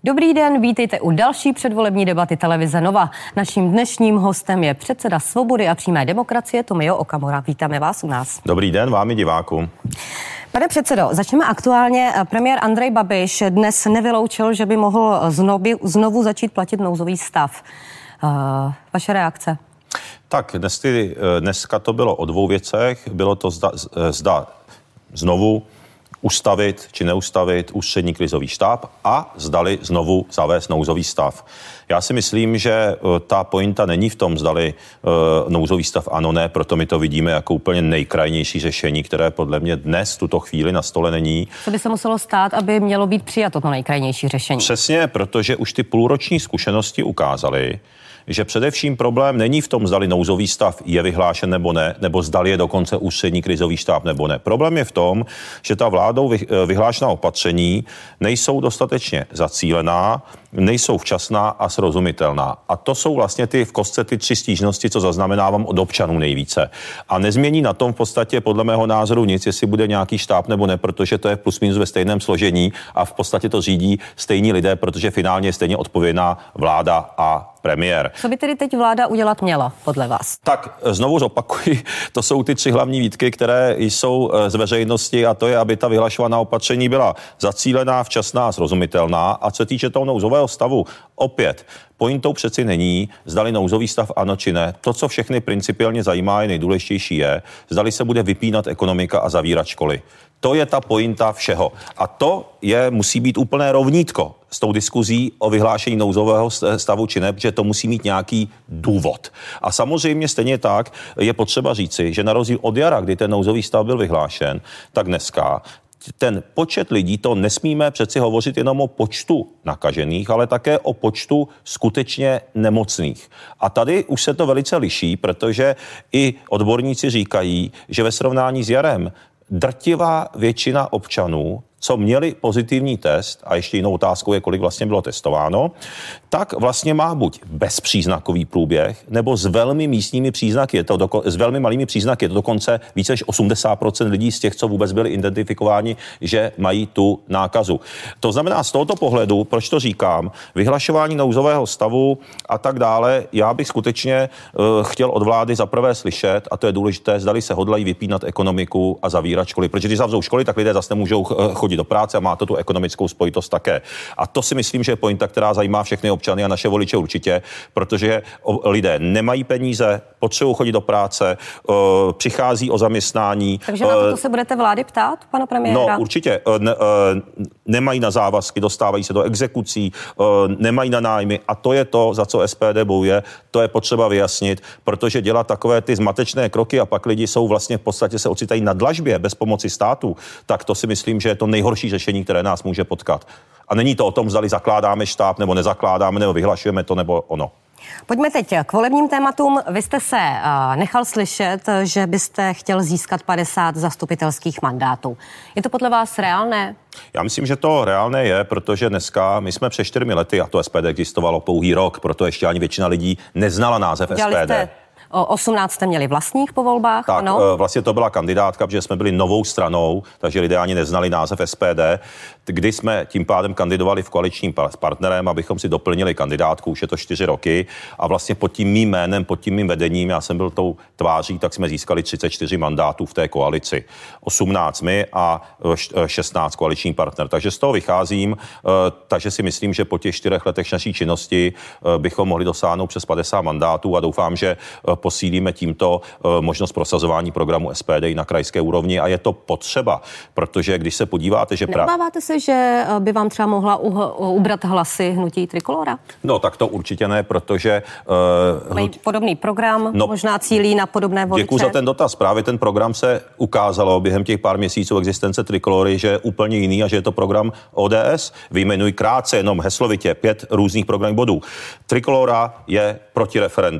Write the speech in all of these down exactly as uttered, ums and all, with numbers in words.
Dobrý den, vítejte u další předvolební debaty televize Nova. Naším dnešním hostem je předseda Svobody a přímé demokracie Tomio Okamura. Vítáme vás u nás. Dobrý den vám i divákům. Pane předsedo, začneme aktuálně. Premiér Andrej Babiš dnes nevyloučil, že by mohl znovu, znovu začít platit nouzový stav. Uh, vaše reakce? Tak dnes ty, dneska to bylo o dvou věcech. Bylo to zda, zda znovu ustavit či neustavit ústřední krizový štáb a zdali znovu zavést nouzový stav. Já si myslím, že ta pointa není v tom, zdali uh, nouzový stav ano, ne, proto my to vidíme jako úplně nejkrajnější řešení, které podle mě dnes v tuto chvíli na stole není. Co by se muselo stát, aby mělo být přijato to nejkrajnější řešení? Přesně, protože už ty půlroční zkušenosti ukázaly, že především problém není v tom, zdali nouzový stav je vyhlášen nebo ne, nebo zdali je dokonce ústřední krizový štáb nebo ne. Problém je v tom, že ta vládou vyhlášená opatření nejsou dostatečně zacílená, nejsou včasná a srozumitelná. A to jsou vlastně ty v kostce ty tři stížnosti, co zaznamenávám od občanů nejvíce. A nezmění na tom v podstatě podle mého názoru nic, jestli bude nějaký štáb nebo ne, protože to je plus minus ve stejném složení a v podstatě to řídí stejní lidé, protože finálně je stejně odpovědná vláda a premiér. Co by tedy teď vláda udělat měla, podle vás? Tak znovu zopakuji, to jsou ty tři hlavní výtky, které jsou z veřejnosti, a to je, aby ta vyhlašovaná opatření byla zacílená, včasná a srozumitelná. A co se týče toho nouzového stavu, opět, pointou přeci není, zdali nouzový stav ano či ne. To, co všechny principiálně zajímá, je nejdůležitější je, zdali se bude vypínat ekonomika a zavírat školy. To je ta pointa všeho. A to je, musí být úplné rovnítko s tou diskuzí o vyhlášení nouzového stavu či ne, protože to musí mít nějaký důvod. A samozřejmě stejně tak je potřeba říci, že na rozdíl od jara, kdy ten nouzový stav byl vyhlášen, tak dneska ten počet lidí, to nesmíme přeci hovořit jenom o počtu nakažených, ale také o počtu skutečně nemocných. A tady už se to velice liší, protože i odborníci říkají, že ve srovnání s jarem drtivá většina občanů, co měli pozitivní test, a ještě jinou otázkou je, kolik vlastně bylo testováno, tak vlastně má buď bezpříznakový průběh, nebo s velmi místními příznaky, je to doko- s velmi malými příznaky, je to dokonce více než osmdesát procent lidí z těch, co vůbec byli identifikováni, že mají tu nákazu. To znamená, z tohoto pohledu, proč to říkám, vyhlašování nouzového stavu a tak dále, já bych skutečně uh, chtěl od vlády zaprvé slyšet, a to je důležité, zdali se hodlají vypínat ekonomiku a zavírat školy, protože když zavřou školy, tak lidé zase nemůžou chodit do práce a má to tu ekonomickou spojitost také. A to si myslím, že je pointa, která zajímá všechny občany a naše voliče určitě, protože lidé nemají peníze, potřebují chodit do práce, uh, přichází o zaměstnání. Takže na to se budete vlády ptát, pana premiéra? No určitě. Ne, uh, nemají na závazky, dostávají se do exekucí, uh, nemají na nájmy a to je to, za co S P D bojuje. To je potřeba vyjasnit, protože dělat takové ty zmatečné kroky a pak lidi jsou vlastně v podstatě se ocitají na dlažbě bez pomoci státu, tak to si myslím, že je to nejhorší řešení, které nás může potkat. A není to o tom, zdali zakládáme štáb, nebo nezakládáme, nebo vyhlašujeme to, nebo ono. Pojďme teď k volebním tématům. Vy jste se uh, nechal slyšet, že byste chtěl získat padesát zastupitelských mandátů. Je to podle vás reálné? Já myslím, že to reálné je, protože dneska my jsme před čtyřmi lety, a to S P D existovalo pouhý rok, proto ještě ani většina lidí neznala název Dělali S P D. Jste... O osmnáct jste měli vlastních po volbách, tak, ano? Vlastně to byla kandidátka, protože jsme byli novou stranou, takže lidé ani neznali název S P D, kdy jsme tím pádem kandidovali v koaličním partnerem, abychom si doplnili kandidátku, už je to čtyři roky a vlastně pod tím mým jménem, pod tím mým vedením, já jsem byl tou tváří, tak jsme získali třicet čtyři mandátů v té koalici. osmnáct my a šestnáct koaliční partner. Takže z toho vycházím, takže si myslím, že po těch čtyřech letech naší činnosti bychom mohli dosáhnout přes padesát mandátů a doufám, že posílíme tímto možnost prosazování programu S P D na krajské úrovni a je to potřeba, protože když se podíváte, že... Neobáváte se, že by vám třeba mohla ubrat hlasy hnutí Trikolora? No tak to určitě ne, protože... Uh, Mají podobný program, no, možná cílí na podobné voliče. Děkuji za ten dotaz. Právě ten program se ukázalo během těch pár měsíců existence Trikolory, že je úplně jiný a že je to program O D S. Vyjmenuji krátce, jenom heslovitě, pět různých programů bodů. Trikolora je proti referendu.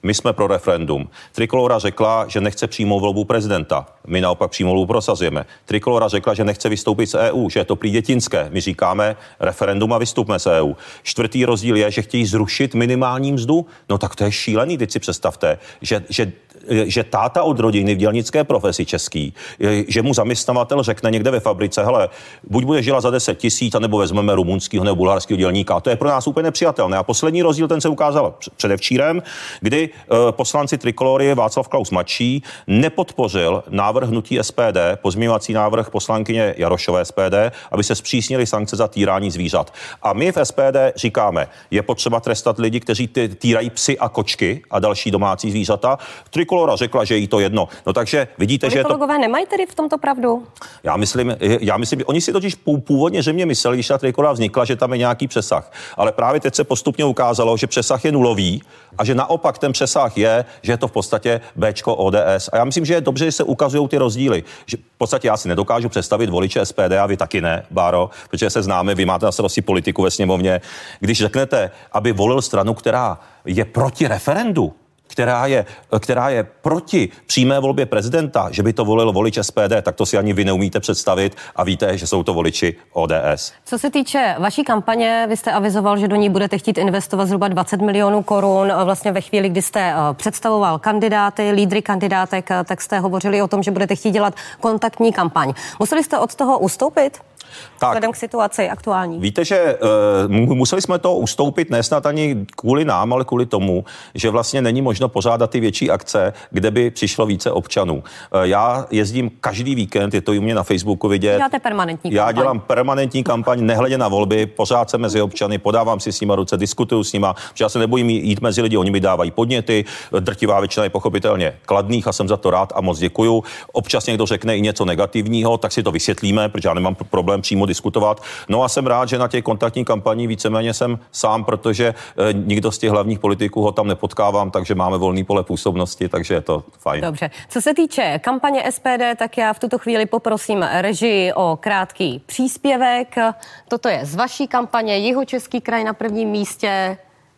My jsme pro referendum. Trikolora řekla, že nechce přímou volbu prezidenta. My naopak přímou volbu prosazujeme. Trikolora řekla, že nechce vystoupit z E U, že je to prý dětinské. My říkáme referendum a vystupme z E U. Čtvrtý rozdíl je, že chtějí zrušit minimální mzdu. No tak to je šílený, teď si představte, že, že že táta od rodiny v dělnické profesi český, že mu zaměstnavatel řekne někde ve fabrice, hele, buď bude žila za deset tisíc, anebo vezmeme rumunského nebo bulharského dělníka. To je pro nás úplně nepřijatelné. A poslední rozdíl, ten se ukázal předevčírem, kdy uh, poslanci Trikolory Václav Klaus mladší nepodpořil návrh hnutí S P D, pozměňovací návrh poslankyně Jarošové S P D, aby se zpřísnily sankce za týrání zvířat. A my v S P D říkáme, je potřeba trestat lidi, kteří týrají psy a kočky a další domácí zvířata. Trikolora řekla, že jí to jedno. No takže vidíte, že je to... Politologové nemají tedy v tomto pravdu? Já myslím, já myslím, oni si totiž původně že mě mysleli, když ta Trikolora vznikla, že tam je nějaký přesah. Ale právě teď se postupně ukázalo, že přesah je nulový a že naopak ten přesah je, že je to v podstatě Bčko O D S. A já myslím, že je dobře, že se ukazují ty rozdíly. Že v podstatě já si nedokážu představit voliče S P D a vy taky ne, Báro, protože se známe, vy máte na starosti politiku ve sněmovně. Když řeknete, aby volil stranu, která je proti referendu, která je, která je proti přímé volbě prezidenta, že by to volil volič S P D, tak to si ani vy neumíte představit a víte, že jsou to voliči O D S. Co se týče vaší kampaně, vy jste avizoval, že do ní budete chtít investovat zhruba dvacet milionů korun. Vlastně ve chvíli, kdy jste představoval kandidáty, lídry kandidátek, tak jste hovořili o tom, že budete chtít dělat kontaktní kampaň. Museli jste od toho ustoupit? Tak, vzhledem k situaci aktuální. Víte, že uh, museli jsme to ustoupit nesnad ani kvůli nám, ale kvůli tomu, že vlastně není možno pořádat ty větší akce, kde by přišlo více občanů. Uh, já jezdím každý víkend, je to i u mě na Facebooku vidět. Děláte permanentní já kampaň. dělám permanentní kampaň, nehledě na volby, pořád se mezi občany, podávám si s nima ruce, diskutuju s nima, že já se nebojím jít mezi lidi, oni mi dávají podněty, drtivá většina je pochopitelně kladných a jsem za to rád a moc děkuju. Občas někdo řekne i něco negativního, tak si to vysvětlíme, protože já nemám problém přímo diskutovat. No a jsem rád, že na těch kontaktních kampaních víceméně jsem sám, protože e, nikdo z těch hlavních politiků ho tam nepotkávám, takže máme volný pole působnosti, takže je to fajn. Dobře. Co se týče kampaně S P D, tak já v tuto chvíli poprosím režii o krátký příspěvek. Toto je z vaší kampaně, Jihočeský kraj na prvním místě,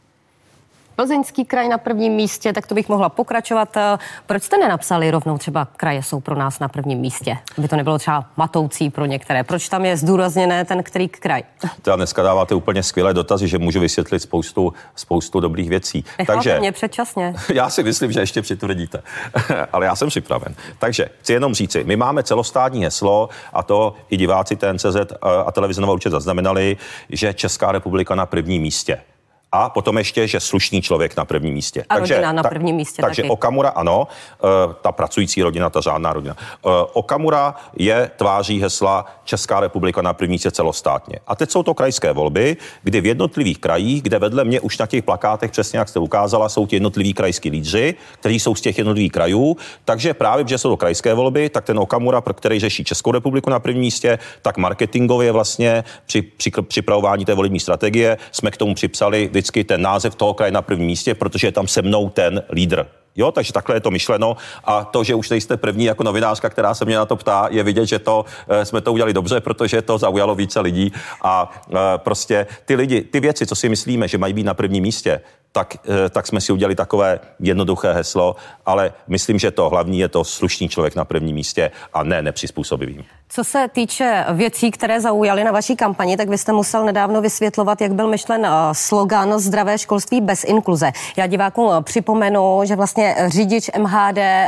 Plzeňský kraj na prvním místě, tak to bych mohla pokračovat. Proč jste nenapsali rovnou třeba kraje jsou pro nás na prvním místě? Aby to nebylo třeba matoucí pro některé. Proč tam je zdůrazněné ten který kraj? To dneska dáváte úplně skvělé dotazy, že můžu vysvětlit spoustu, spoustu dobrých věcí. Necháte Takže mě předčasně. Já si myslím, že ještě přitvrdíte, ale já jsem připraven. Takže chci jenom říci, my máme celostátní heslo a to i diváci T N C Z a televize Nova určitě zaznamenali, že Česká republika na prvním místě. A potom ještě, že slušný člověk na prvním místě. A takže, rodina na prvním místě ta, takže taky. Okamura, ano, ta pracující rodina, ta řádná rodina. Okamura je tváří hesla Česká republika na prvním místě celostátně. A teď jsou to krajské volby, kdy v jednotlivých krajích, kde vedle mě už na těch plakátech, přesně jak jste ukázala, jsou ti jednotliví krajský lídři, kteří jsou z těch jednotlivých krajů. Takže právě, že jsou to krajské volby, tak ten Okamura, který řeší Českou republiku na prvním místě, tak marketingově vlastně při, při připravování té volební strategie jsme k tomu připsali vždycky ten název toho kraje na prvním místě, protože je tam se mnou ten lídr. Jo, takže takhle je to myšleno a to, že už nejste první jako novinářka, která se mě na to ptá, je vidět, že to e, jsme to udělali dobře, protože to zaujalo více lidí a e, prostě ty lidi, ty věci, co si myslíme, že mají být na prvním místě, tak, e, tak jsme si udělali takové jednoduché heslo, ale myslím, že to hlavní je to slušný člověk na prvním místě a ne nepřizpůsobivý. Co se týče věcí, které zaujaly na vaší kampani, tak vy jste musel nedávno vysvětlovat, jak byl myšlen slogan Zdravé školství bez inkluze. Já divákům připomenu, že vlastně řidič M H D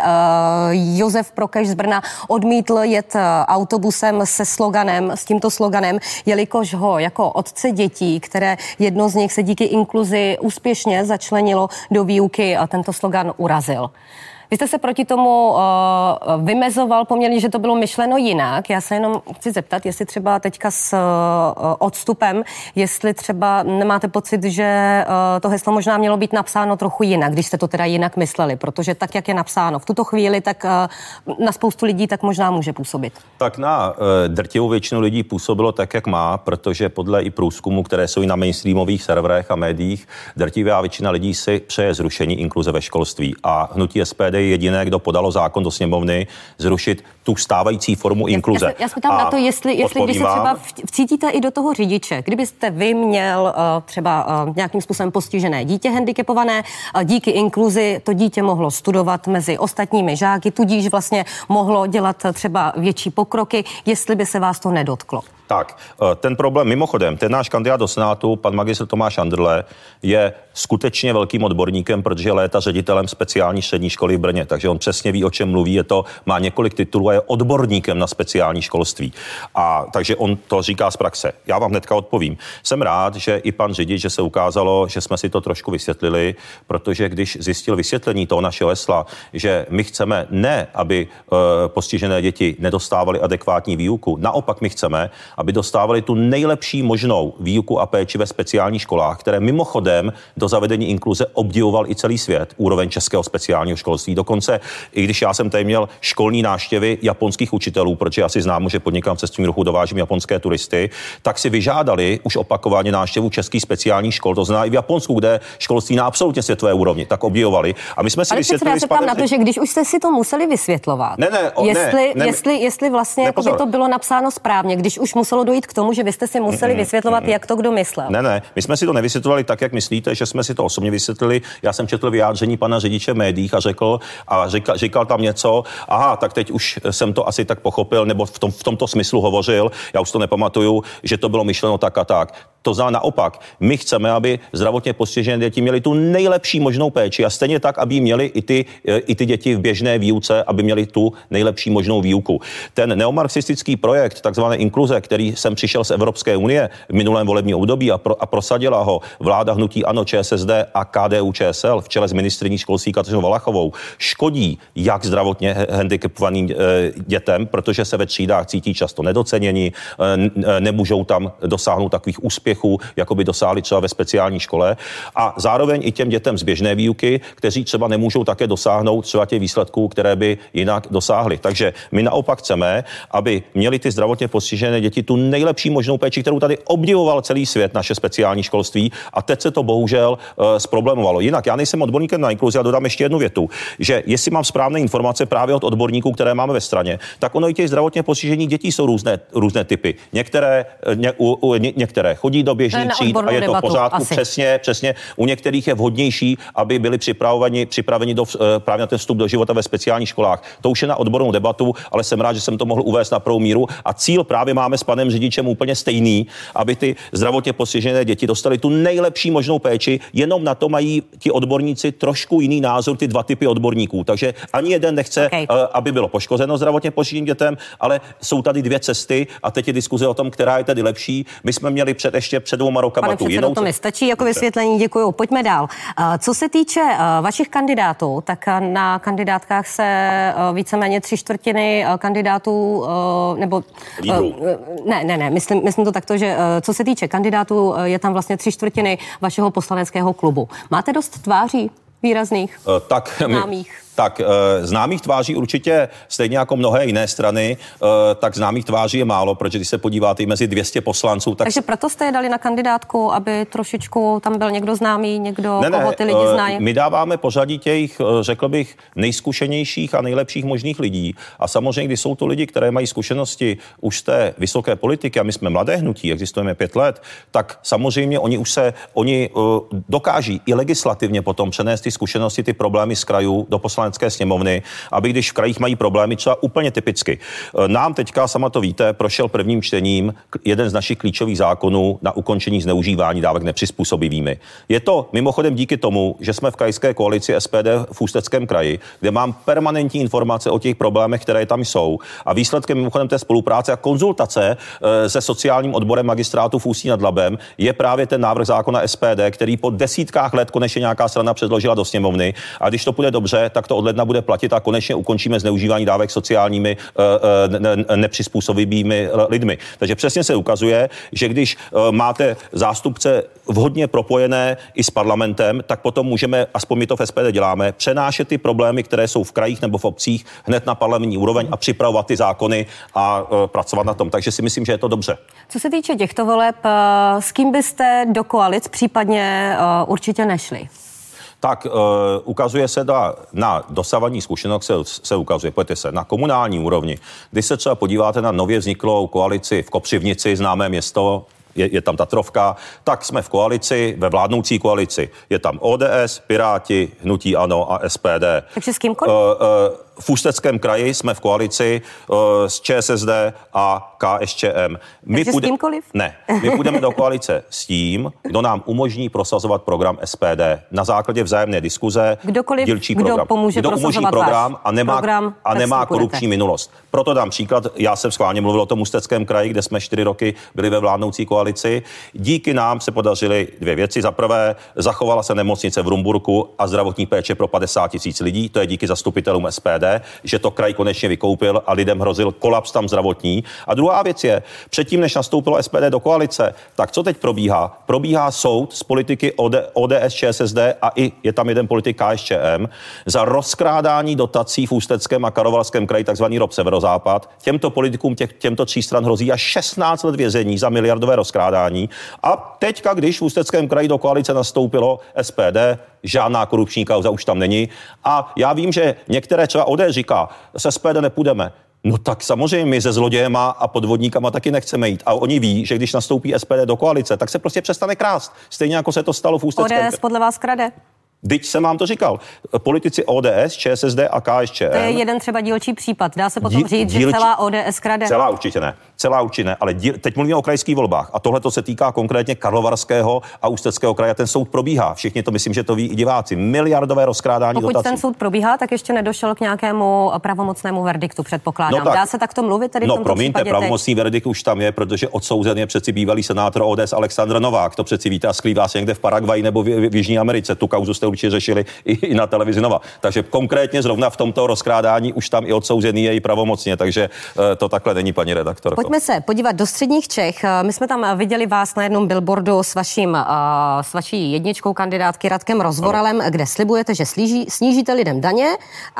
Josef Prokeš z Brna odmítl jet autobusem se sloganem, s tímto sloganem, jelikož ho jako otce dětí, které jedno z nich se díky inkluzi úspěšně začlenilo do výuky, a tento slogan urazil. Vy jste se proti tomu uh, vymezoval poměrně, že to bylo myšleno jinak. Já se jenom chci zeptat, jestli třeba teďka s uh, odstupem, jestli třeba nemáte pocit, že uh, to heslo možná mělo být napsáno trochu jinak, když jste to teda jinak mysleli, protože tak, jak je napsáno v tuto chvíli, tak uh, na spoustu lidí tak možná může působit. Tak na uh, drtivou většinu lidí působilo tak, jak má, protože podle i průzkumu, které jsou i na mainstreamových serverech a médiích, drtivá většina lidí si přeje zrušení inkluze ve školství a hnutí S P D D je jediné, kdo podalo zákon do sněmovny, zrušit tu stávající formu inkluze. Já, já, já se ptám na to, jestli, jestli když se třeba vcítíte i do toho řidiče, kdybyste vy měl uh, třeba uh, nějakým způsobem postižené dítě handicapované, uh, díky inkluzi to dítě mohlo studovat mezi ostatními žáky, tudíž vlastně mohlo dělat třeba větší pokroky, jestli by se vás to nedotklo. Tak, ten problém, mimochodem, ten náš kandidát do Senátu, pan magistr Tomáš Andrle, je skutečně velkým odborníkem, protože je léta ředitelem speciální střední školy v Brně, takže on přesně ví, o čem mluví, je to, má několik titulů a je odborníkem na speciální školství. A takže on to říká z praxe. Já vám hnedka odpovím. Jsem rád, že i pan řidič, že se ukázalo, že jsme si to trošku vysvětlili, protože když zjistil vysvětlení toho našeho hesla, že my chceme ne, aby uh, postižené děti nedostávaly adekvátní výuku, naopak my chceme, aby dostávali tu nejlepší možnou výuku a péči ve speciálních školách, které mimochodem do zavedení inkluze obdivoval i celý svět, úroveň českého speciálního školství. Dokonce, i když já jsem tady měl školní návštěvy japonských učitelů, protože já si znám, že podnikám v cestovním ruchu, dovážím japonské turisty, tak si vyžádali už opakovaně návštěvu českých speciálních škol, to znamená i v Japonsku, kde školství na absolutně světové úrovni, tak obdivovali. A my jsme si vysvětlili, já se ptám na to, že když už jste si to museli vysvětlovat, ne, ne, o, jestli, ne, ne, jestli, jestli vlastně ne, jako by to bylo napsáno správně, když už muselo dojít k tomu, že vy jste si museli mm, vysvětlovat, mm, jak to kdo myslel. Ne, ne, my jsme si to nevysvětlovali tak, jak myslíte, že jsme si to osobně vysvětlili. Já jsem četl vyjádření pana řidiče v médiích a řekl, a říkal, říkal tam něco, aha, tak teď už jsem to asi tak pochopil, nebo v, tom, v tomto smyslu hovořil, já už to nepamatuju, že to bylo myšleno tak a tak. To znamená naopak, my chceme, aby zdravotně postižené děti měly tu nejlepší možnou péči a stejně tak, aby měly i ty, i ty děti v běžné výuce, aby měly tu nejlepší možnou výuku. Ten neomarxistický projekt, takzvané inkluze, který jsem přišel z Evropské unie v minulém volebním období a, pro, a prosadila ho vláda hnutí ANO, ČSSD a K D U Č S L v čele s ministryní školství Kateřinou Valachovou, škodí jak zdravotně handicapovaným dětem, protože se ve třídách cítí často nedoceněni, nemůžou tam dosáhnout takových úspěchů, jako by dosáhli třeba ve speciální škole, a zároveň i těm dětem z běžné výuky, kteří třeba nemůžou také dosáhnout třeba těch výsledků, které by jinak dosáhli. Takže my naopak chceme, aby měli ty zdravotně postižené děti tu nejlepší možnou péči, kterou tady obdivoval celý svět, naše speciální školství, a teď se to bohužel uh, zproblemovalo. Jinak já nejsem odborníkem na inkluzi a dodám ještě jednu větu, že jestli mám správné informace právě od odborníků, které máme ve straně, tak ono i těch zdravotně postižených dětí jsou různé, různé typy. Některé, ně, u, u, ně, některé chodí do běžných tříd a je to v pořádku. Asi. Přesně, přesně. U některých je vhodnější, aby byli připraveni, připraveni do, právě na ten vstup do života ve speciálních školách. To už je na odbornou debatu, ale jsem rád, že jsem to mohl uvést na prvou míru. A cíl právě máme s panem řidičem úplně stejný, aby ty zdravotně postižené děti dostaly tu nejlepší možnou péči, jenom na to mají ti odborníci trošku jiný názor, ty dva typy odborníků. Takže ani jeden nechce, okay. aby bylo poškozeno zdravotně postiženým dětem, ale jsou tady dvě cesty a teď je diskuze o tom, která je tedy lepší. My jsme měli před ještě před dvouma rokama Pane tu předsedo, jinou. to mi stačí jako vysvětlení, děkuju. Pojďme dál. Co se týče vašich kandidátů, tak na kandidátkách se víceméně tři čtvrtiny kandidátů, nebo... Lídrů. Ne, ne, ne, myslím, myslím to takto, že co se týče kandidátů, je tam vlastně tři čtvrtiny vašeho poslaneckého klubu. Máte dost tváří výrazných, uh, tak známých? My... Tak známých tváří určitě stejně jako mnohé jiné strany, tak známých tváří je málo, protože když se podíváte i mezi dvě stě poslanců, tak... Takže proto jste je dali na kandidátku, aby trošičku tam byl někdo známý, někdo, ne, koho ty lidi znají? My dáváme pořadí těch, řekl bych, nejzkušenějších a nejlepších možných lidí. A samozřejmě, když jsou to lidi, které mají zkušenosti už z té vysoké politiky, a my jsme mladé hnutí, existujeme pět let, tak samozřejmě oni už se, oni dokáží i legislativně potom přenést ty zkušenosti, ty problémy z krajů do poslanecké sněmovny, aby když v krajích mají problémy, třeba úplně typicky. Nám teďka, sama to víte, prošel prvním čtením jeden z našich klíčových zákonů na ukončení zneužívání dávek nepřizpůsobivými. Je to mimochodem díky tomu, že jsme v krajské koalici S P D v Ústeckém kraji, kde mám permanentní informace o těch problémech, které tam jsou, a výsledkem mimochodem té spolupráce a konzultace se sociálním odborem magistrátu v Ústí nad Labem je právě ten návrh zákona S P D, který po desítkách let konečně nějaká strana předložila do sněmovny, a když to půjde dobře, tak to od ledna bude platit a konečně ukončíme zneužívání dávek sociálními uh, nepřizpůsobivými lidmi. Takže přesně se ukazuje, že když uh, máte zástupce vhodně propojené i s parlamentem, tak potom můžeme, aspoň my to v S P D děláme, přenášet ty problémy, které jsou v krajích nebo v obcích, hned na parlamentní úroveň a připravovat ty zákony a uh, pracovat na tom. Takže si myslím, že je to dobře. Co se týče těchto voleb, s kým byste do koalic případně uh, určitě nešli? Tak uh, ukazuje se na, na dosavadní zkušenost, se, se ukazuje, pojďte se, na komunální úrovni. Když se třeba podíváte na nově vzniklou koalici v Kopřivnici, známé město, je, je tam Tatrovka, tak jsme v koalici, ve vládnoucí koalici. Je tam O D S, Piráti, Hnutí ANO a S P D. Takže s kýmkoliv? Uh, uh, V Ústeckém kraji jsme v koalici uh, s Č S S D a K S Č M. My Takže půjde... s kýmkoliv? Ne, my půjdeme do koalice s tím, kdo nám umožní prosazovat program S P D na základě vzájemné diskuze. Kdokoliv, dílčí kdo program. pomůže kdo umožní program a nemá, program, a nemá korupční minulost. Proto dám příklad, já jsem schválně mluvil o tom Ústeckém kraji, kde jsme čtyři roky byli ve vládnoucí koalici. Díky nám se podařily dvě věci. Za prvé, zachovala se nemocnice v Rumburku a zdravotní péče pro padesát tisíc lidí. To je díky zastupitelům S P D, že to kraj konečně vykoupil a lidem hrozil kolaps tam zdravotní. A druhá věc je, předtím, než nastoupilo S P D do koalice, tak co teď probíhá? Probíhá soud z politiky O D S, Č S S D a i je tam jeden politik K S Č M za rozkrádání dotací v Ústeckém a Karlovarském kraji, takzvaný R O P Severozápad. Těmto politikům těch, těmto tří stran hrozí až šestnáct let vězení za miliardové rozkrádání. A teďka, když v Ústeckém kraji do koalice nastoupilo S P D, žádná korupční kauza už tam není. A já vím, že některé třeba O D říká, se S P D nepůjdeme. No tak samozřejmě my se zlodějema a podvodníkama taky nechceme jít. A oni ví, že když nastoupí S P D do koalice, tak se prostě přestane krást. Stejně jako se to stalo v Ústeckém. O D S podle vás krade? Vždyť jsem vám to říkal. Politici O D S, Č S S D a K S Č M. To je jeden třeba dílčí případ. Dá se potom díl, říct, dílčí, že celá O D S krade? Celá určitě ne. Celá určitě ne. Ale díl, teď mluvíme o krajských volbách. A tohle to se týká konkrétně Karlovarského a Ústeckého kraje. Ten soud probíhá. Všichni to myslím, že to ví i diváci. Miliardové rozkrádání Pokud dotací. ten soud probíhá, tak ještě nedošel k nějakému pravomocnému verdiktu, předpokládám. No tak, dá se takto mluvit tedy v no, tomto promiňte, případě? pravomocný verdikt už tam je, protože odsouzen je přeci bývalý senátor O D S Alexandr Novák. To přeci víte a skrývá se někde v Paraguaji nebo v, v Jižní Americe. Tu kauzu jste určitě řešili i, i na televizi Nova. Takže konkrétně zrovna v tomto rozkrádání už tam i odsouzený je i pravomocně, takže to takhle není, paní redaktorko. Pojďme se podívat do středních Čech. My jsme tam viděli vás na jednom billboardu s vaším, s vaší jedničkou kandidátky Radkem Rozvoralem, ano, kde slibujete, že sníží, snížíte lidem daně,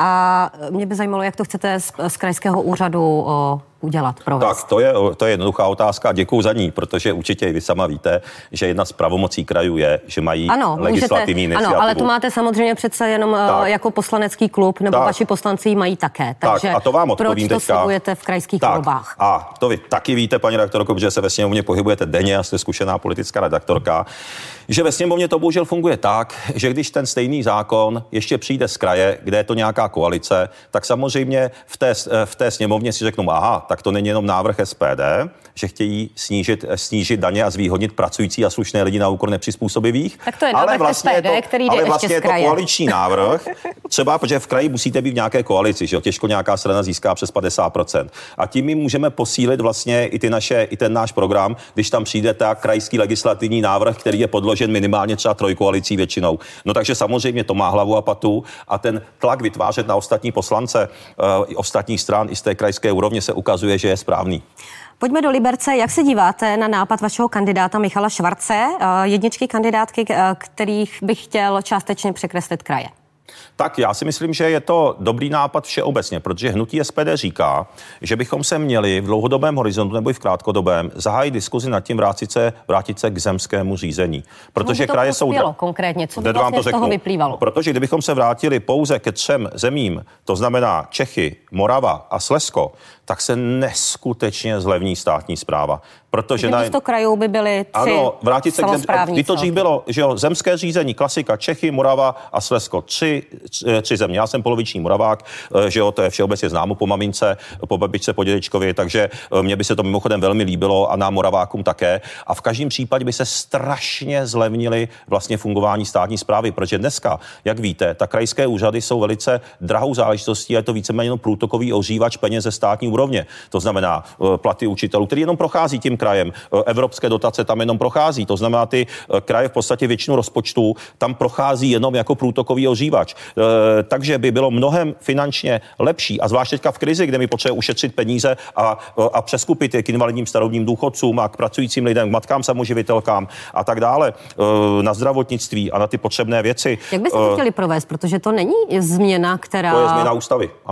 a mě by zajímalo, jak to chcete z, z krajského úřadu o, udělat, provést. Tak to je, to je jednoduchá otázka. Děkuju za ní, protože určitě i vy sama víte, že jedna z pravomocí krajů je, že mají ano, legislativní můžete, iniciativu. Ano, ale to máte samozřejmě přece jenom tak, jako poslanecký klub, nebo tak, vaši poslanci ji mají také. Takže tak, a to vám odpovím proč to teďka slibujete v krajských tak, volbách? A to vy taky víte, paní redaktorko, protože se ve sněmovně pohybujete denně a jste zkušená politická redaktorka, že ve sněmovně to bohužel funguje tak, že když ten stejný zákon ještě přijde z kraje, kde je to nějaká koalice, tak samozřejmě v té, v té sněmovně si řeknou, aha, tak to není jenom návrh S P D, že chtějí snížit, snížit daně a zvýhodnit pracující a slušné lidi na úkor nepřizpůsobivých. Tak to je návrh vlastně S P D, je to, který jde ale ještě vlastně z je to kraje. koaliční návrh, třeba, protože v kraji musíte být v nějaké koalici, že jo, těžko nějaká strana získá přes padesát procent. A tím my můžeme posílit vlastně i, ty naše, i ten náš program, když tam přijde ta krajský legislativní návrh, který je podložen minimálně třeba trojkoalicí většinou. No takže samozřejmě to má hlavu a patu a ten tlak vytvářet na ostatní poslance, uh, ostatních stran i z té krajské úrovně se ukazuje, že je správný. Pojďme do Liberce. Jak se díváte na nápad vašeho kandidáta Michala Švarce, jedničky kandidátky, kterých bych chtěl částečně překreslit kraje? Tak já si myslím, že je to dobrý nápad všeobecně, protože hnutí S P D říká, že bychom se měli v dlouhodobém horizontu nebo i v krátkodobém zahájit diskuzi nad tím vrátit se, vrátit se k zemskému řízení. Protože to kraje jsou... konkrétně, co by vlastně z toho vyplývalo? Protože kdybychom se vrátili pouze ke třem zemím, to znamená Čechy, Morava a Slezsko, tak se neskutečně zlevní státní správa. Protože na místo krajů by byly tři ano, vrátit se k zem... Kdy to celky. dřív bylo, že jo, zemské řízení, klasika, Čechy, Morava a Slezsko, tři, tři země. Já jsem poloviční Moravák, že jo, to je všeobecně známo po mamince, po babičce, po dědečkovi, takže mně by se to mimochodem velmi líbilo a nám Moravákům také. A v každém případě by se strašně zlevnili vlastně fungování státní správy, protože dneska, jak víte, tak krajské úřady jsou velice drahou záležitostí a je to víceméně jenom průtokový ohřívač peněz ze státní úrovně. To znamená platy učitelů, který jenom prochází tím krajem. Evropské dotace tam jenom prochází. To znamená, ty kraje v podstatě většinu rozpočtů tam prochází jenom jako průtokový ohřívač. E, takže by bylo mnohem finančně lepší, a zvlášť teďka v krizi, kde mi potřebuje ušetřit peníze a, a přeskupit je k invalidním starobním důchodcům a k pracujícím lidem, k matkám samoživitelkám a tak dále, e, na zdravotnictví a na ty potřebné věci. Jak byste to chtěli provést, protože to není změna, která... To je změna ústavy, ano.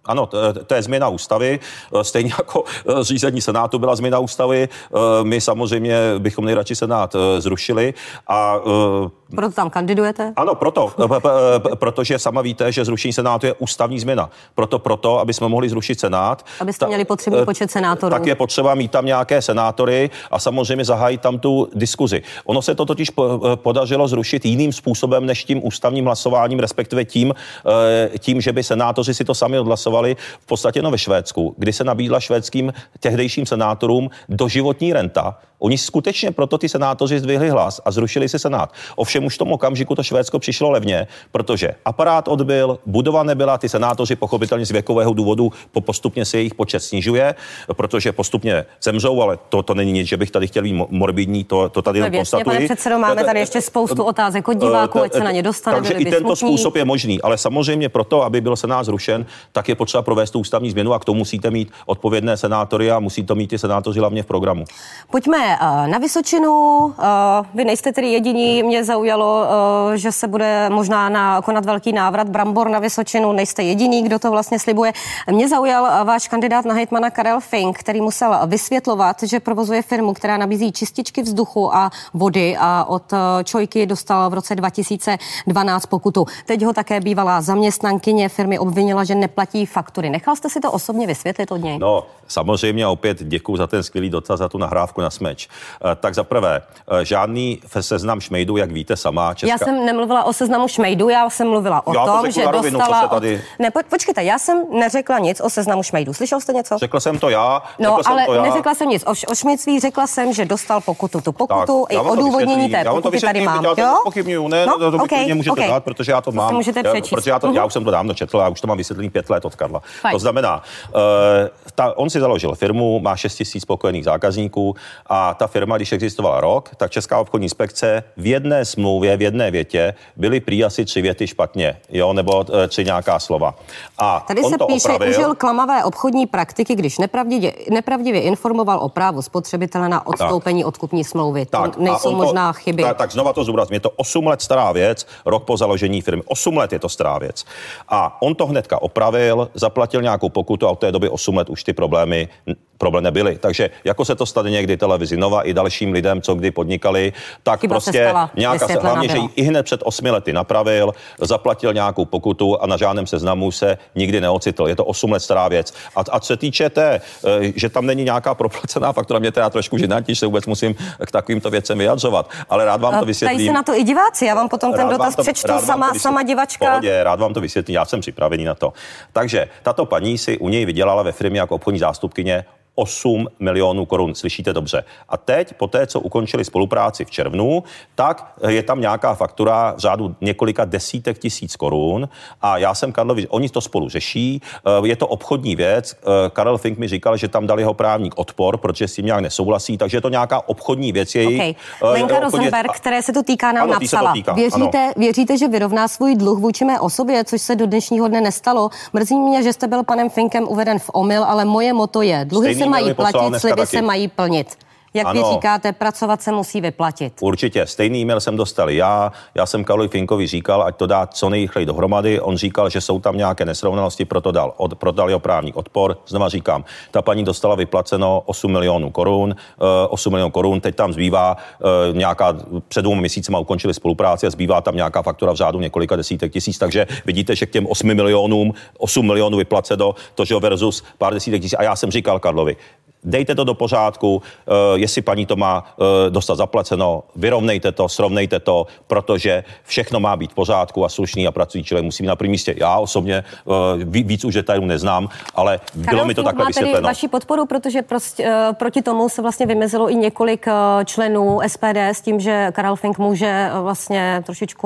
Ano, to, to je změna ústavy, stejně jako zřízení Senátu byla změna ústavy. My samozřejmě bychom nejradši Senát zrušili. A, proto tam kandidujete? Ano, proto, protože sama víte, že zrušení Senátu je ústavní změna. Proto, proto, aby jsme mohli zrušit Senát. Abyste měli potřebný počet senátorů. Tak je potřeba mít tam nějaké senátory a samozřejmě zahájit tam tu diskuzi. Ono se to totiž podařilo zrušit jiným způsobem než tím ústavním hlasováním, respektive tím, tím, že by senátoři si to sami odhlasovali. V podstatě no ve Švédsku, kdy se nabídla švédským tehdejším senátorům doživotní renta. Oni skutečně proto ty senátoři zdvihli hlas a zrušili si Senát. Ovšem už v tom okamžiku to Švédsko přišlo levně, protože aparát odbyl, budova nebyla, ty senátoři pochopitelně z věkového důvodu postupně se jejich počet snižuje, protože postupně zemřou, ale to, to není nic, že bych tady chtěl být morbidní, to, to tady jenom konstatuji. Pane předsedo, máme tady ještě spoustu otázek od diváků, ať se na ně dostane. Takže i tento způsob je možný, ale samozřejmě proto, aby byl Senát zrušen, tak je potřeba provést tu ústavní změnu a k tomu musíte mít odpovědné senátory a musí to mít ty senátoři hlavně v programu. Pojďme na Vysočinu. Vy nejste tedy jediní. Mě zaujalo, že se bude možná na, konat velký návrat brambor na Vysočinu. Nejste jediný, kdo to vlastně slibuje. Mě zaujal váš kandidát na hejtmana Karel Fink, který musel vysvětlovat, že provozuje firmu, která nabízí čističky vzduchu a vody a od ČOIky dostal v roce dva tisíce dvanáct pokutu. Teď ho také bývalá zaměstnankyně firmy obvinila, že neplatí faktury. Nechal jste si to osobně vysvětlit od něj? No, samozřejmě opět děkuji za ten skvělý dotaz, za tu nahrávku na Smeč. Tak za prvé, žádný seznam šmejdů, jak víte sama. Česká... Já jsem nemluvila o seznamu šmejdů, já jsem mluvila o já tom, to že rovinu, dostala... Tady... Od... Ne, po, počkejte, já jsem neřekla nic o seznamu šmejdů. Slyšel jste něco? Řekl jsem to já. No, jsem ale to já. neřekla jsem nic. O, o šmejctví řekla jsem, že dostal pokutu. Tu pokutu tak, i odůvodnění té pokuty tady mám. Já to pochybňuju, ne, no, to, to okay, mě můžete okay. dát, protože já to mám. To můžete já, protože já, to, uh-huh. já už jsem to dávno četl a už to mám vysvětlený pět let od Karla. Fajn. To znamená, uh, ta, on si založil firmu, má šest tisíc spokojených zákazníků a ta firma, když existovala rok, tak Česká obchodní inspekce v jedné smlouvě, v jedné větě byly prý asi tři věty špatně, jo, nebo tři nějaká slova. A tady on se to píše, opravil. Užil klamavé obchodní praktiky, když nepravdivě, nepravdivě informoval o právu spotřebitele na odstoupení tak. od kupní smlouvy. Tak, to nejsou to, možná chyby. Tak, tak znova to zdůrazním. Je to osm let stará věc, rok po založení firmy. osm let je to stará věc. A on to hnedka opravil, zaplatil nějakou pokutu a od té doby osm let už ty problémy problém nebyly. Takže jako se to stane někdy televizi Nova i dalším lidem, co kdy podnikali, tak chyba prostě nějaká se, hlavně, že ji i hned před osmi lety napravil, zaplatil nějakou pokutu a na žádném seznamu se nikdy neocitl. Je to osm let stará věc. A, a co se týče té, že tam není nějaká proplacená faktura, mě teda trošku žinantí, že se vůbec musím k takovýmto věcem vyjadřovat, ale rád vám to vysvětlím. Tady se na to i diváci, já vám potom ten rád dotaz to, přečtu sama, to sama divačka. Pohodě, rád vám to vysvětlím, já jsem připravený na to. Takže tato paní si u něj vydělala ve firmě jako obchodní zástupkyně osm milionů korun, slyšíte dobře. A teď, po té, co ukončili spolupráci v červnu, tak je tam nějaká faktura v řádu několika desítek tisíc korun a já jsem Karlovi, oni to spolu řeší, je to obchodní věc, Karel Fink mi říkal, že tam dal jeho právník odpor, protože s tím nějak nesouhlasí, takže je to nějaká obchodní věc její. Okay. Lenka Rosenberg, věc... které se to týká, nám ano, napsala. To týká, věříte, věříte, že vyrovná svůj dluh vůči mé osobě, což se do dnešního dne nestalo? Mrzí mě, že jste byl panem Finkem uveden v omyl, ale moje moto je, dluhy se mají platit, sliby se mají plnit. Jak ano. Vy říkáte, pracovat se musí vyplatit. Určitě. Stejný e-mail jsem dostal já. Já jsem Karlovi Finkovi říkal, ať to dá co nejrychleji dohromady. On říkal, že jsou tam nějaké nesrovnalosti, proto dal, od, proto dal jeho právník odpor. Znova říkám, ta paní dostala vyplaceno osm milionů korun. osm milionů korun, teď tam zbývá nějaká, před dvěma měsícima ukončili spolupráci a zbývá tam nějaká faktura v řádu několika desítek tisíc. Takže vidíte, že k těm osmi milionům, osm milionů vyplaceno, to že versus pár desítek tisíc. A já jsem říkal Karlovi, dejte to do pořádku, uh, jestli paní to má uh, dostat zaplaceno, vyrovnejte to, srovnejte to, protože všechno má být v pořádku a slušný a pracující člověk musí být na prvním místě. Já osobně uh, víc už detailů neznám, ale bylo Karel mi to Fink takhle má vysvětleno. Tedy vaši podporu, protože prostě, uh, proti tomu se vlastně vymezilo i několik uh, členů S P D s tím, že Karel Fink může uh, vlastně trošičku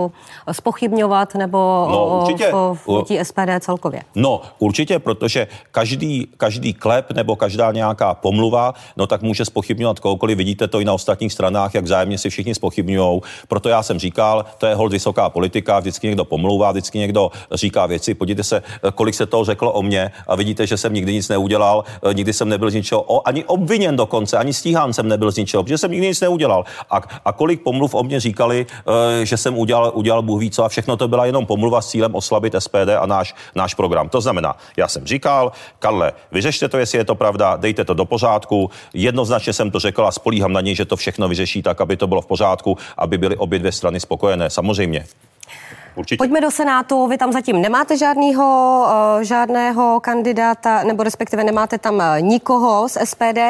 zpochybňovat nebo no, určitě. v hnutí S P D celkově. No, určitě, protože každý, každý klep nebo každá nějaká nějaká pomluva, no tak může zpochybňovat kohokoliv. Vidíte to i na ostatních stranách, jak vzájemně si všichni zpochybňují. Proto já jsem říkal, to je holt vysoká politika, vždycky někdo pomlouvá, vždycky někdo říká věci. Podívejte se, kolik se toho řeklo o mně a vidíte, že jsem nikdy nic neudělal, nikdy jsem nebyl z ničeho, ani obviněn dokonce, ani stíhán jsem nebyl z ničeho, protože jsem nikdy nic neudělal. A, a kolik pomluv o mě říkali, že jsem udělal, udělal Bůh ví co, a všechno to byla jenom pomluva s cílem oslabit S P D a náš, náš program. To znamená, já jsem říkal, Karle, vyřešte to, jestli je to pravda, dejte to do pořádku. Jednoznačně jsem to řekl a spolíhám na něj, že to všechno vyřeší tak, aby to bylo v pořádku, aby byly obě dvě strany spokojené. Samozřejmě. Určitě. Pojďme do Senátu. Vy tam zatím nemáte žádného, žádného kandidáta, nebo respektive nemáte tam nikoho z S P D.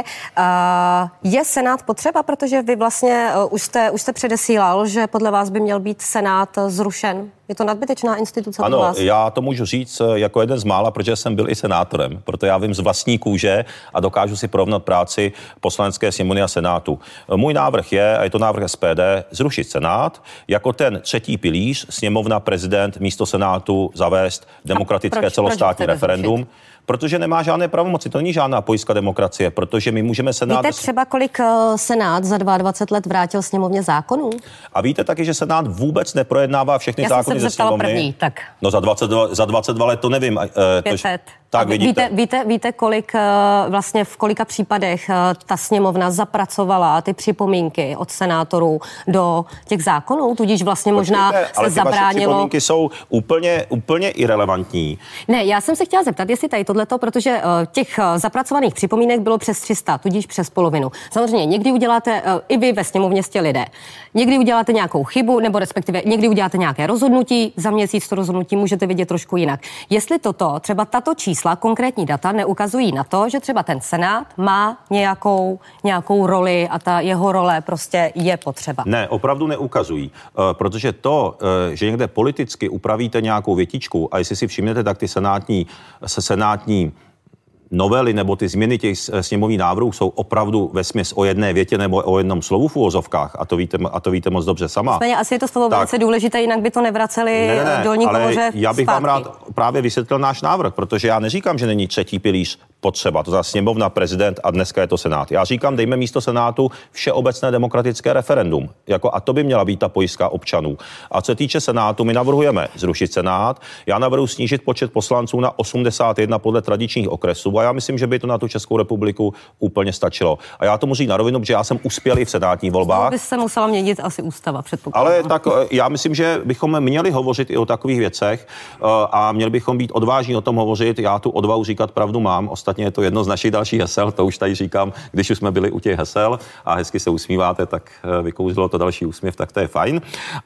Je Senát potřeba, protože vy vlastně už jste, už jste předesílal, že podle vás by měl být Senát zrušen? Je to nadbytečná instituce ano, pro vás? Ano, já to můžu říct jako jeden z mála, protože jsem byl i senátorem, proto já vím z vlastní kůže a dokážu si porovnat práci Poslanecké sněmovny a Senátu. Můj návrh je, a je to návrh S P D, zrušit Senát, jako ten třetí pilíř, sněmovna, prezident, místo Senátu zavést demokratické proč, celostátní proč referendum. Zrušit? Protože nemá žádné pravomoci, to není žádná pojistka demokracie, protože my můžeme Senát... Víte třeba, kolik Senát za dvacet dva let vrátil sněmovně zákonů? A víte taky, že Senát vůbec neprojednává všechny Já zákony ze sněmovny? První, tak. No za dvacet dva, za dvacet dva let to nevím. pět set. Tak vidíte. Víte, víte, víte, kolik vlastně v kolika případech ta sněmovna zapracovala ty připomínky od senátorů do těch zákonů, tudíž vlastně možná Počkejte, se ale ty zabránilo... vaše připomínky jsou úplně, úplně irelevantní. Ne, já jsem se chtěla zeptat, jestli tady tohleto, protože těch zapracovaných připomínek bylo přes tři sta, tudíž přes polovinu. Samozřejmě někdy uděláte, i vy ve sněmovně jste lidé, někdy uděláte nějakou chybu, nebo respektive někdy uděláte nějaké rozhodnutí, za měsíc to rozhodnutí můžete vidět trošku jinak. Jestli toto, třeba tato čísla, konkrétní data neukazují na to, že třeba ten Senát má nějakou, nějakou roli a ta jeho role prostě je potřeba. Ne, opravdu neukazují, protože to, že někde politicky upravíte nějakou větičku a jestli si všimnete, tak ty senátní, senátní novely nebo ty změny těch sněmovních návrhů jsou opravdu vesměs o jedné větě nebo o jednom slovu v uvozovkách a to víte, a to víte moc dobře sama. Nicméně asi je to slovo tak, velice důležité, jinak by to nevraceli ne, ne, dolní komoře. Já bych zpátky. Vám rád právě vysvětlil náš návrh, protože já neříkám, že není třetí pilíř potřeba, to znamená sněmovna, prezident a dneska je to Senát. Já říkám, dejme místo Senátu všeobecné demokratické referendum. Jako, a to by měla být ta pojistka občanů. A co se týče Senátu, my navrhujeme zrušit Senát. Já navrhuji snížit počet poslanců na osmdesát jedna podle tradičních okresů a já myslím, že by to na tu Českou republiku úplně stačilo. A já to musím na rovinu, protože já jsem uspěl i v senátních volbách. By se musela měnit asi ústava, předpokládám. Ale tak já myslím, že bychom měli hovořit i o takových věcech a měli bychom být odvážní o tom hovořit. Já tu odvahu říkat pravdu mám. Ostatně je to jedno z našich dalších hesel, to už tady říkám, když už jsme byli u těch hesel a hezky se usmíváte, tak vykouzlo to další úsměv, tak to je fajn.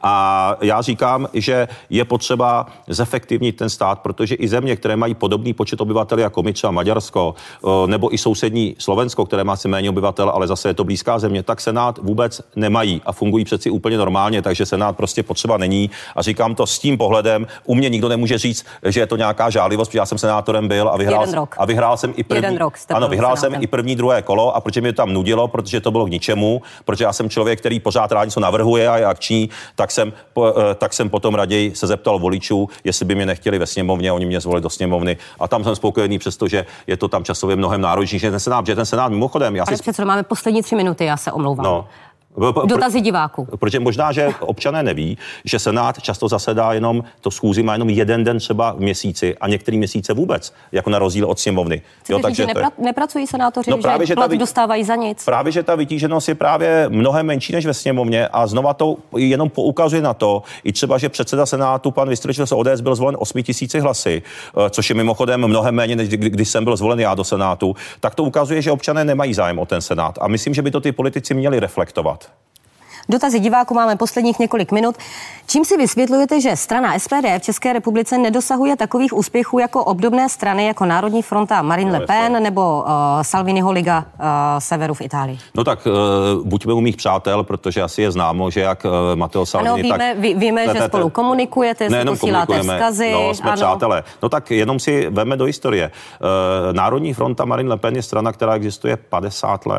A já říkám, že je potřeba zefektivnit ten stát, protože i země, které mají podobný počet obyvatel jako my, třeba Maďarsko, nebo i sousední Slovensko, které má si méně obyvatel, ale zase je to blízká země, tak Senát vůbec nemají a fungují přeci úplně normálně, takže Senát prostě potřeba není. A říkám to s tím pohledem, u mě nikdo nemůže říct, že je to nějaká žálivost, protože já jsem senátorem byl a vyhrál, a vyhrál jsem i první, rok ano, vyhrál jsem i první, druhé kolo a protože mě to tam nudilo, protože to bylo k ničemu, protože já jsem člověk, který pořád rád něco navrhuje a je akční, tak jsem, tak jsem potom raději se zeptal voličů, jestli by mě nechtěli ve sněmovně, oni mě zvolili do sněmovny a tam jsem spokojený, přestože je to tam časově mnohem náročnější, že ten Senát, že ten Senát mimochodem. Já Pane si... předsedo, máme poslední tři minuty, já se omlouvám. No. Dotazy diváků. Protože možná, že občané neví, že Senát často zasedá jenom, to schůzi má jenom jeden den třeba v měsíci a některý měsíce vůbec, jako na rozdíl od sněmovny. Jo, takže nepra- je... nepracují senátoři, no právě, že, že plat vy... dostávají za nic. Právě, že ta vytíženost je právě mnohem menší než ve sněmovně a znova to jenom poukazuje na to, i třeba, že předseda Senátu, pan Vystrčil z O D S, byl zvolen osmi tisíci hlasy, což je mimochodem mnohem méně, než když jsem byl zvolen já do Senátu, tak to ukazuje, že občané nemají zájem o ten Senát. A myslím, že by to ty politici měli reflektovat. Dotazy diváků máme posledních několik minut. Čím si vysvětlujete, že strana S P D v České republice nedosahuje takových úspěchů jako obdobné strany jako Národní fronta Marine no, Le Pen nebo uh, Salviniho Liga uh, Severu v Itálii? No tak uh, buďme u mých přátel, protože asi je známo, že jak uh, Matteo Salvini... Ano, víme, tak... ví, víme že spolu komunikujete, ne, posíláte vzkazy. No, jsme ano. přátelé. No tak jenom si veme do historie. Uh, Národní fronta Marine Le Pen je strana, která existuje padesát let.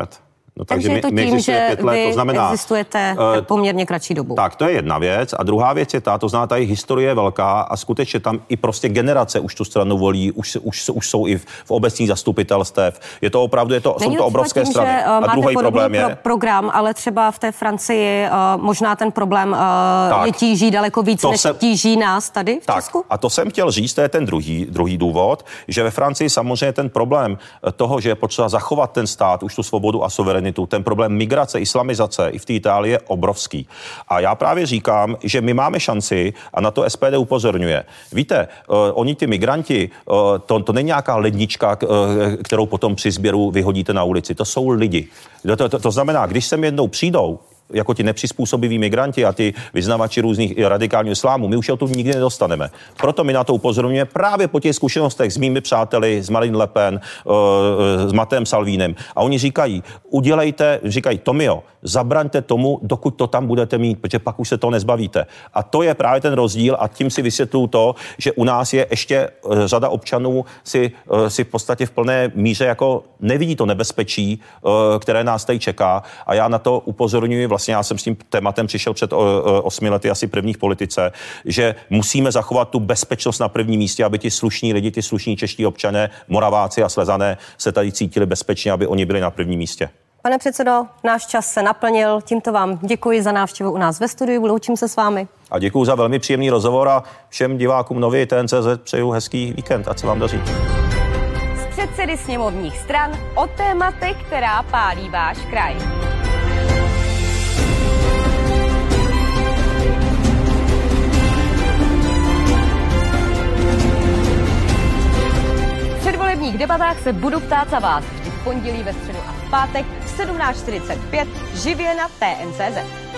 No, takže, takže je to my, tím, my že pět let, vy to znamená, existujete uh, poměrně kratší dobu. Tak, to je jedna věc. A druhá věc je ta, to znamená, ta historie je velká a skutečně tam i prostě generace už tu stranu volí, už, už, už jsou i v, v obecních zastupitelstev. Je to opravdu, je to, jsou to obrovské tím, strany. Že, uh, a druhý problém je... Pro, program, ale třeba v té Francii uh, možná ten problém uh, je tíží daleko víc, než se... tíží nás tady v tak, Česku? A to jsem chtěl říct, to je ten druhý, druhý důvod, že ve Francii samozřejmě ten problém toho, že je potřeba zachovat ten stát, už tu svobodu a suverenitu, ten problém migrace, islamizace i v té Itálii je obrovský. A já právě říkám, že my máme šanci a na to S P D upozorňuje. Víte, uh, oni ty migranti, uh, to, to není nějaká lednička, uh, kterou potom při sběru vyhodíte na ulici. To jsou lidi. To, to, to znamená, když sem jednou přijdou, jako ti nepřizpůsobiví migranti a ty vyznavači různých radikálního islámu, my už je tu nikdy nedostaneme. Proto my na to upozorňujeme právě po těch zkušenostech s mými přáteli, s Marine Le Pen, s Mattem Salvinem. A oni říkají, udělejte, říkají, Tomio, zabraňte tomu, dokud to tam budete mít, protože pak už se to nezbavíte. A to je právě ten rozdíl a tím si vysvětluju to, že u nás je ještě řada občanů si, si v podstatě v plné míře jako nevidí to nebezpečí, které nás tady čeká a já na to upozorňuji. Vlastně já jsem s tím tématem přišel před osmi lety asi prvních politice, že musíme zachovat tu bezpečnost na prvním místě, aby ti slušní lidi, ty slušní čeští občané, Moraváci a Slezané se tady cítili bezpečně, aby oni byli na prvním místě. Pane předsedo, náš čas se naplnil. Tímto vám děkuji za návštěvu u nás ve studiu. Loučím se s vámi. A děkuji za velmi příjemný rozhovor a všem divákům Novy T N C Z přeju hezký víkend. Ať se vám daří. Z předsedy sněmovních stran o tématech, která pálí váš kraj. V předvolebních debatách se budu ptát za vás vždy v pondělí, ve středu a v pátek v sedmnáct čtyřicet pět živě na T N C Z.